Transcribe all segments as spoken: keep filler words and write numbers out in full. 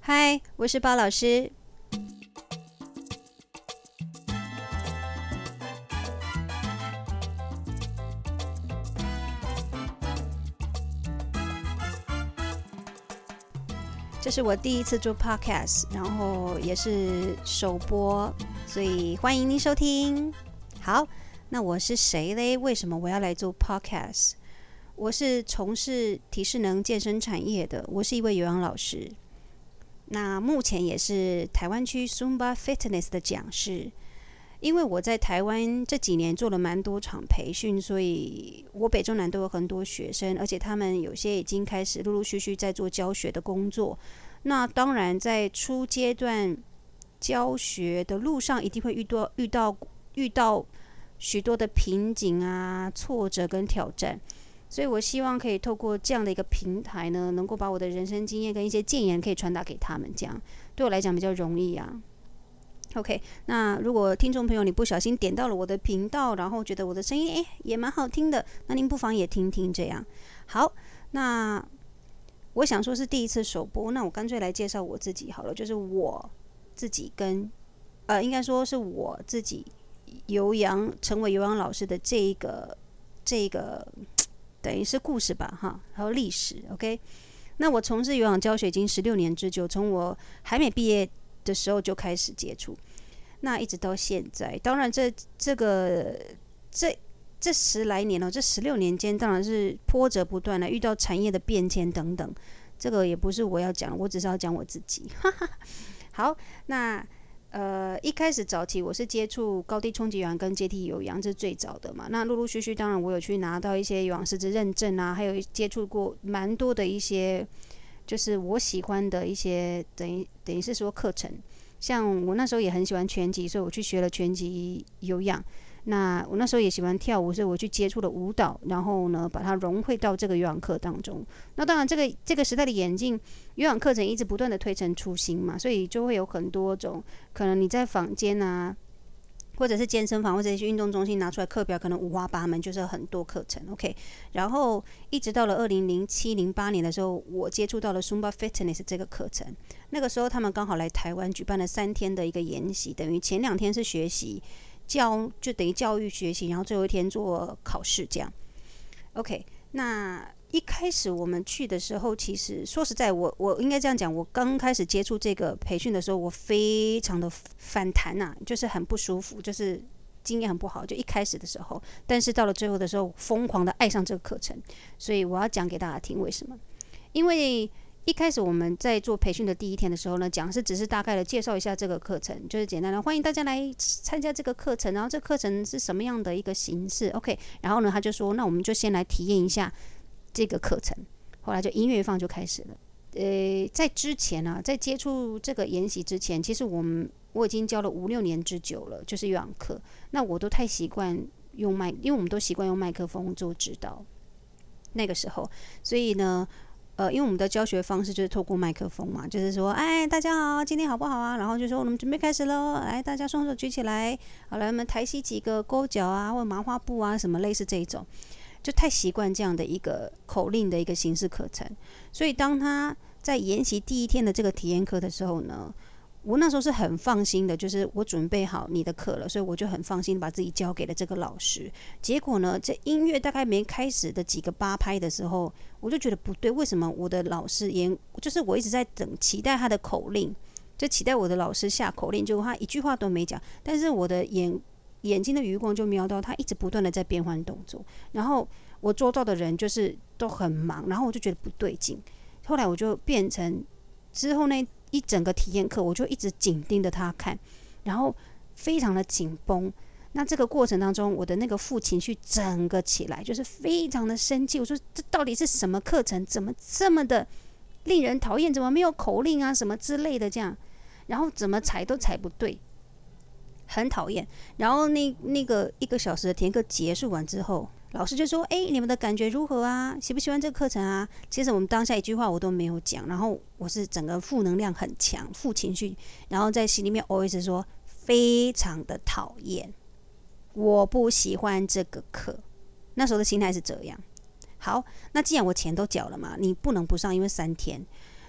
嗨，我是包老师。这是我第一次做 podcast， 然后也是首播，所以欢迎您收听。好，那我是谁嘞？为什么我要来做 podcast？ 我是从事体适能健身产业的，我是一位有氧老师。那目前也是台湾区 Zumba Fitness 的讲师。因为我在台湾这几年做了蛮多场培训，所以我北中南都有很多学生，而且他们有些已经开始陆陆续续在做教学的工作。那当然在初阶段教学的路上一定会遇到遇到遇到许多的瓶颈啊、挫折跟挑战，所以我希望可以透过这样的一个平台呢，能够把我的人生经验跟一些建言可以传达给他们，这样对我来讲比较容易啊。OK， 那如果听众朋友你不小心点到了我的频道，然后觉得我的声音诶也蛮好听的，那您不妨也听听这样。好，那我想说是第一次首播，那我干脆来介绍我自己好了，就是我自己跟呃，应该说是我自己有氧成为有氧老师的这一个这一个等于是故事吧哈，还有历史。OK， 那我从事有氧教学已经十六年之久，从我还没毕业的时候就开始接触，那一直到现在，当然这这个这这十来年了、哦，这十六年间当然是波折不断了，遇到产业的变迁等等，这个也不是我要讲，我只是要讲我自己。好，那呃一开始早期我是接触高低冲击有氧跟阶梯有氧，这是最早的嘛。那陆陆续续，当然我有去拿到一些有氧师资认证啊，还有接触过蛮多的一些。就是我喜欢的一些等于等于是说课程，像我那时候也很喜欢拳击，所以我去学了拳击有氧。那我那时候也喜欢跳舞，所以我去接触了舞蹈，然后呢把它融汇到这个有氧课当中。那当然这个这个时代的演进，有氧课程一直不断的推陈出新嘛，所以就会有很多种可能你在坊间啊。或者是健身房或者是运动中心拿出来课表，可能五花八门，就是很多课程 OK。 然后一直到了二零零七零八年的时候，我接触到了 Zumba Fitness 这个课程。那个时候他们刚好来台湾举办了三天的一个研习，等于前两天是学习教，就等于教育学习，然后最后一天做考试这样 OK。 那一开始我们去的时候，其实说实在，我我应该这样讲，我刚开始接触这个培训的时候，我非常的反弹啊，就是很不舒服，就是经验很不好，就一开始的时候。但是到了最后的时候，疯狂的爱上这个课程，所以我要讲给大家听为什么。因为一开始我们在做培训的第一天的时候呢，讲是只是大概的介绍一下这个课程，就是简单的欢迎大家来参加这个课程，然后这个课程是什么样的一个形式 OK。 然后呢他就说那我们就先来体验一下这个课程，后来就音乐放就开始了。呃，在之前啊，在接触这个研习之前，其实我们我已经教了五六年之久了，就是有氧课。那我都太习惯用麦，因为我们都习惯用麦克风做指导。那个时候，所以呢，呃，因为我们的教学方式就是透过麦克风嘛，就是说，哎，大家好，今天好不好啊？然后就说我们准备开始喽，来，大家双手举起来，好来，我们抬起几个勾脚啊，或者麻花步啊，什么类似这一种。就太习惯这样的一个口令的一个形式课程，所以当他在研习第一天的这个体验课的时候呢，我那时候是很放心的，就是我准备好你的课了，所以我就很放心把自己交给了这个老师。结果呢，这音乐大概没开始的几个八拍的时候，我就觉得不对，为什么我的老师也就是我一直在等期待他的口令，就期待我的老师下口令，结果他一句话都没讲，但是我的眼眼睛的余光就瞄到他一直不断的在变换动作，然后我周遭的人就是都很忙，然后我就觉得不对劲。后来我就变成之后那一整个体验课，我就一直紧盯着他看，然后非常的紧绷。那这个过程当中，我的那个负情绪整个起来，就是非常的生气。我说这到底是什么课程？怎么这么的令人讨厌？怎么没有口令啊什么之类的这样？然后怎么踩都踩不对。很讨厌。然后那那个一个小时的体验课结束完之后，老师就说：“哎，你们的感觉如何啊？喜不喜欢这个课程啊？”其实我们当下一句话我都没有讲，然后我是整个负能量很强，负情绪，然后在心里面 always 说非常的讨厌，我不喜欢这个课。那时候的心态是这样。好，那既然我钱都缴了嘛，你不能不上，因为三天。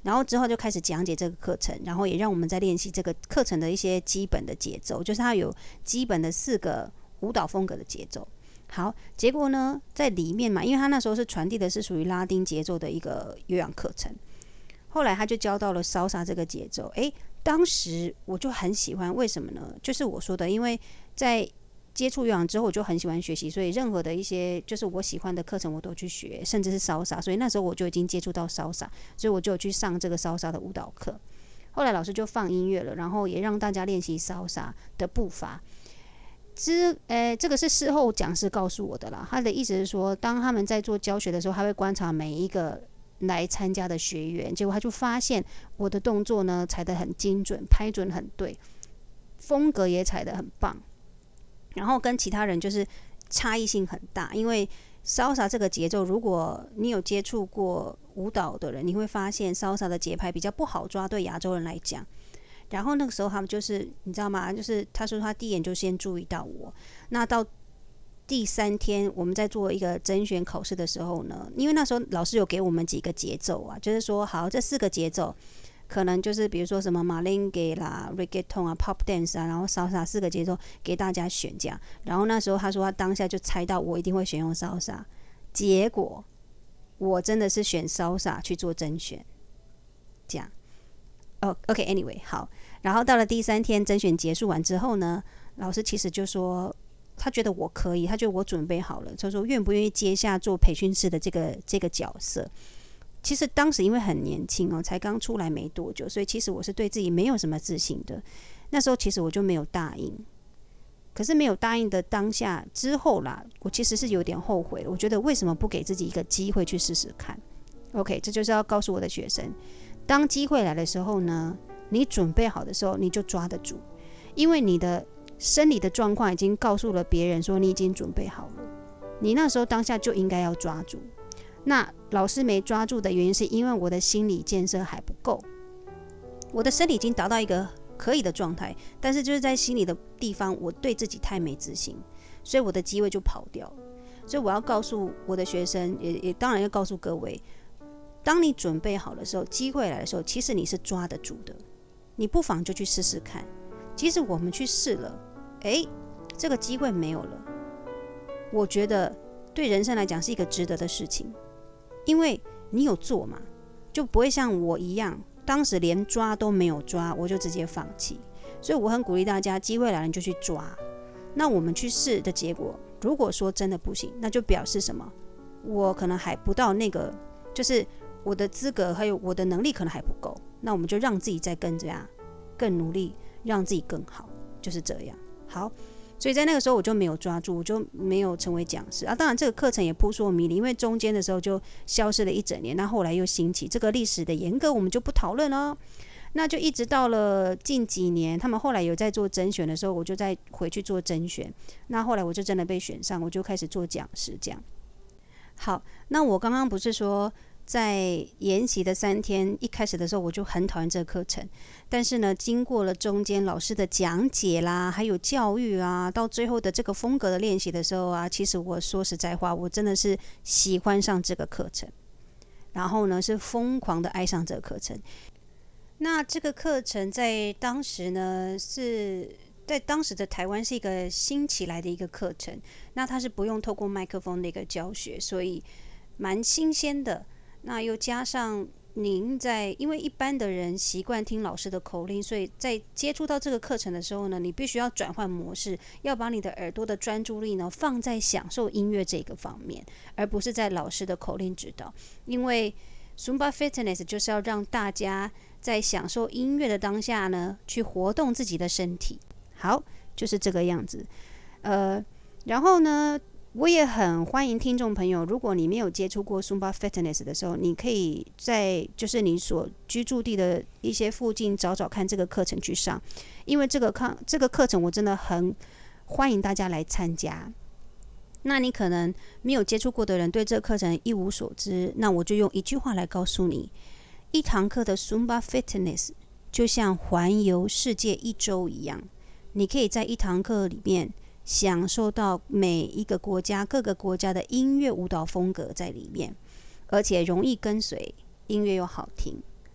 然后之后就开始讲解这个课程，然后也让我们在练习这个课程的一些基本的节奏，就是它有基本的四个舞蹈风格的节奏。好，结果呢，在里面嘛，因为他那时候是传递的是属于拉丁节奏的一个有氧课程，后来他就教到了salsa这个节奏。诶，当时我就很喜欢，为什么呢？就是我说的，因为在接触有氧之后，我就很喜欢学习，所以任何的一些就是我喜欢的课程我都去学，甚至是salsa，所以那时候我就已经接触到salsa，所以我就有去上这个salsa的舞蹈课。后来老师就放音乐了，然后也让大家练习salsa的步伐。之呃，这个是事后讲师告诉我的啦。他的意思是说，当他们在做教学的时候，他会观察每一个来参加的学员，结果他就发现我的动作呢踩得很精准，拍准很对，风格也踩得很棒，然后跟其他人就是差异性很大。因为salsa这个节奏，如果你有接触过舞蹈的人，你会发现salsa的节拍比较不好抓，对亚洲人来讲。然后那个时候他们就是你知道吗？就是他说他第一眼就先注意到我。那到第三天我们在做一个甄选考试的时候呢，因为那时候老师有给我们几个节奏啊，就是说好这四个节奏可能就是比如说什么马林给啦、reggaeton 啊、pop dance 啊，然后salsa四个节奏给大家选这样。然后那时候他说他当下就猜到我一定会选用salsa，结果我真的是选salsa去做甄选，这样。哦 ，OK，Anyway， 好。然后到了第三天甄选结束完之后呢，老师其实就说他觉得我可以，他觉得我准备好了，他说愿不愿意接下做培训师的这个这个角色。其实当时因为很年轻哦，才刚出来没多久，所以其实我是对自己没有什么自信的。那时候其实我就没有答应。可是没有答应的当下之后啦，我其实是有点后悔，我觉得为什么不给自己一个机会去试试看 ？OK， 这就是要告诉我的学生。当机会来的时候呢，你准备好的时候，你就抓得住，因为你的生理的状况已经告诉了别人说你已经准备好了，你那时候当下就应该要抓住。那老师没抓住的原因是因为我的心理建设还不够，我的身体已经达到一个可以的状态，但是就是在心理的地方，我对自己太没自信，所以我的机会就跑掉了。所以我要告诉我的学生，也也当然要告诉各位，当你准备好的时候，机会来的时候，其实你是抓得住的，你不妨就去试试看。即使我们去试了，诶，这个机会没有了，我觉得对人生来讲是一个值得的事情，因为你有做嘛，就不会像我一样，当时连抓都没有抓，我就直接放弃。所以我很鼓励大家，机会来了你就去抓。那我们去试的结果，如果说真的不行，那就表示什么？我可能还不到那个，就是我的资格还有我的能力可能还不够，那我们就让自己再更这样更努力，让自己更好，就是这样。好，所以在那个时候我就没有抓住，我就没有成为讲师啊。当然这个课程也扑朔迷离，因为中间的时候就消失了一整年，那后来又兴起，这个历史的严格我们就不讨论了。那就一直到了近几年，他们后来有在做甄选的时候，我就再回去做甄选。那后来我就真的被选上，我就开始做讲师这样。好，那我刚刚不是说在研习的三天，一开始的时候我就很讨厌这个课程，但是呢，经过了中间老师的讲解啦，还有教育啊，到最后的这个风格的练习的时候啊，其实我说实在话，我真的是喜欢上这个课程，然后呢是疯狂的爱上这个课程。那这个课程在当时呢，是在当时的台湾是一个新起来的一个课程，那它是不用透过麦克风的一个教学，所以蛮新鲜的。那又加上您在，因为一般的人习惯听老师的口令，所以在接触到这个课程的时候呢，你必须要转换模式，要把你的耳朵的专注力呢放在享受音乐这个方面，而不是在老师的口令指导。因为 Zumba Fitness 就是要让大家在享受音乐的当下呢，去活动自己的身体。好，就是这个样子。呃，然后呢，我也很欢迎听众朋友，如果你没有接触过 Zumba Fitness 的时候，你可以在就是你所居住地的一些附近找找看这个课程去上，因为这个课这个课程我真的很欢迎大家来参加。那你可能没有接触过的人，对这个课程一无所知，那我就用一句话来告诉你：一堂课的 Zumba Fitness 就像环游世界一周一样，你可以在一堂课里面享受到每一个国家各个国家的音乐舞蹈风格在里面，而且容易跟随，音乐又好听。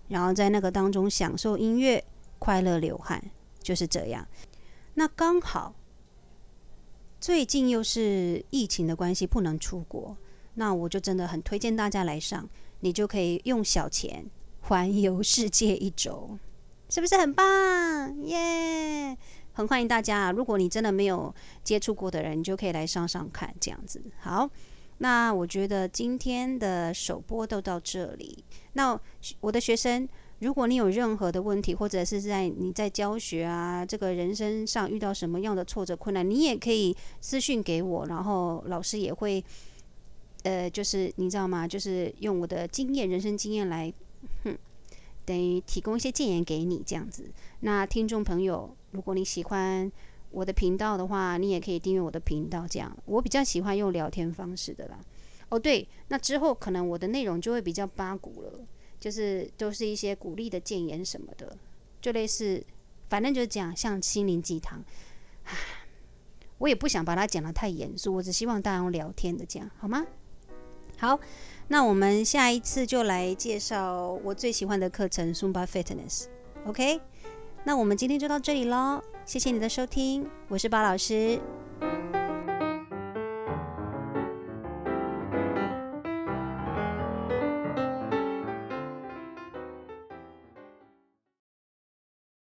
然后在那个当中享受音乐，快乐流汗，就是这样。那刚好最近又是疫情的关系不能出国，那我就真的很推荐大家来上，你就可以用小钱环游世界一周，是不是很棒耶、yeah! 很欢迎大家、啊、如果你真的没有接触过的人，你就可以来上上看这样子。好，那我觉得今天的首播都到这里。那我的学生，如果你有任何的问题，或者是在你在教学啊这个人生上遇到什么样的挫折困难，你也可以私讯给我，然后老师也会呃，就是你知道吗，就是用我的经验人生经验来哼等于提供一些建言给你这样子。那听众朋友，如果你喜欢我的频道的话，你也可以订阅我的频道，这样我比较喜欢用聊天方式的啦。哦对，那之后可能我的内容就会比较八股了，就是都是一些鼓励的建言什么的，就类似反正就是讲像心灵鸡汤，我也不想把它讲得太严肃，我只希望大家用聊天的这样，好吗？好，那我们下一次就来介绍我最喜欢的课程 Zumba Fitness。 OK， 那我们今天就到这里咯，谢谢你的收听，我是巴老师。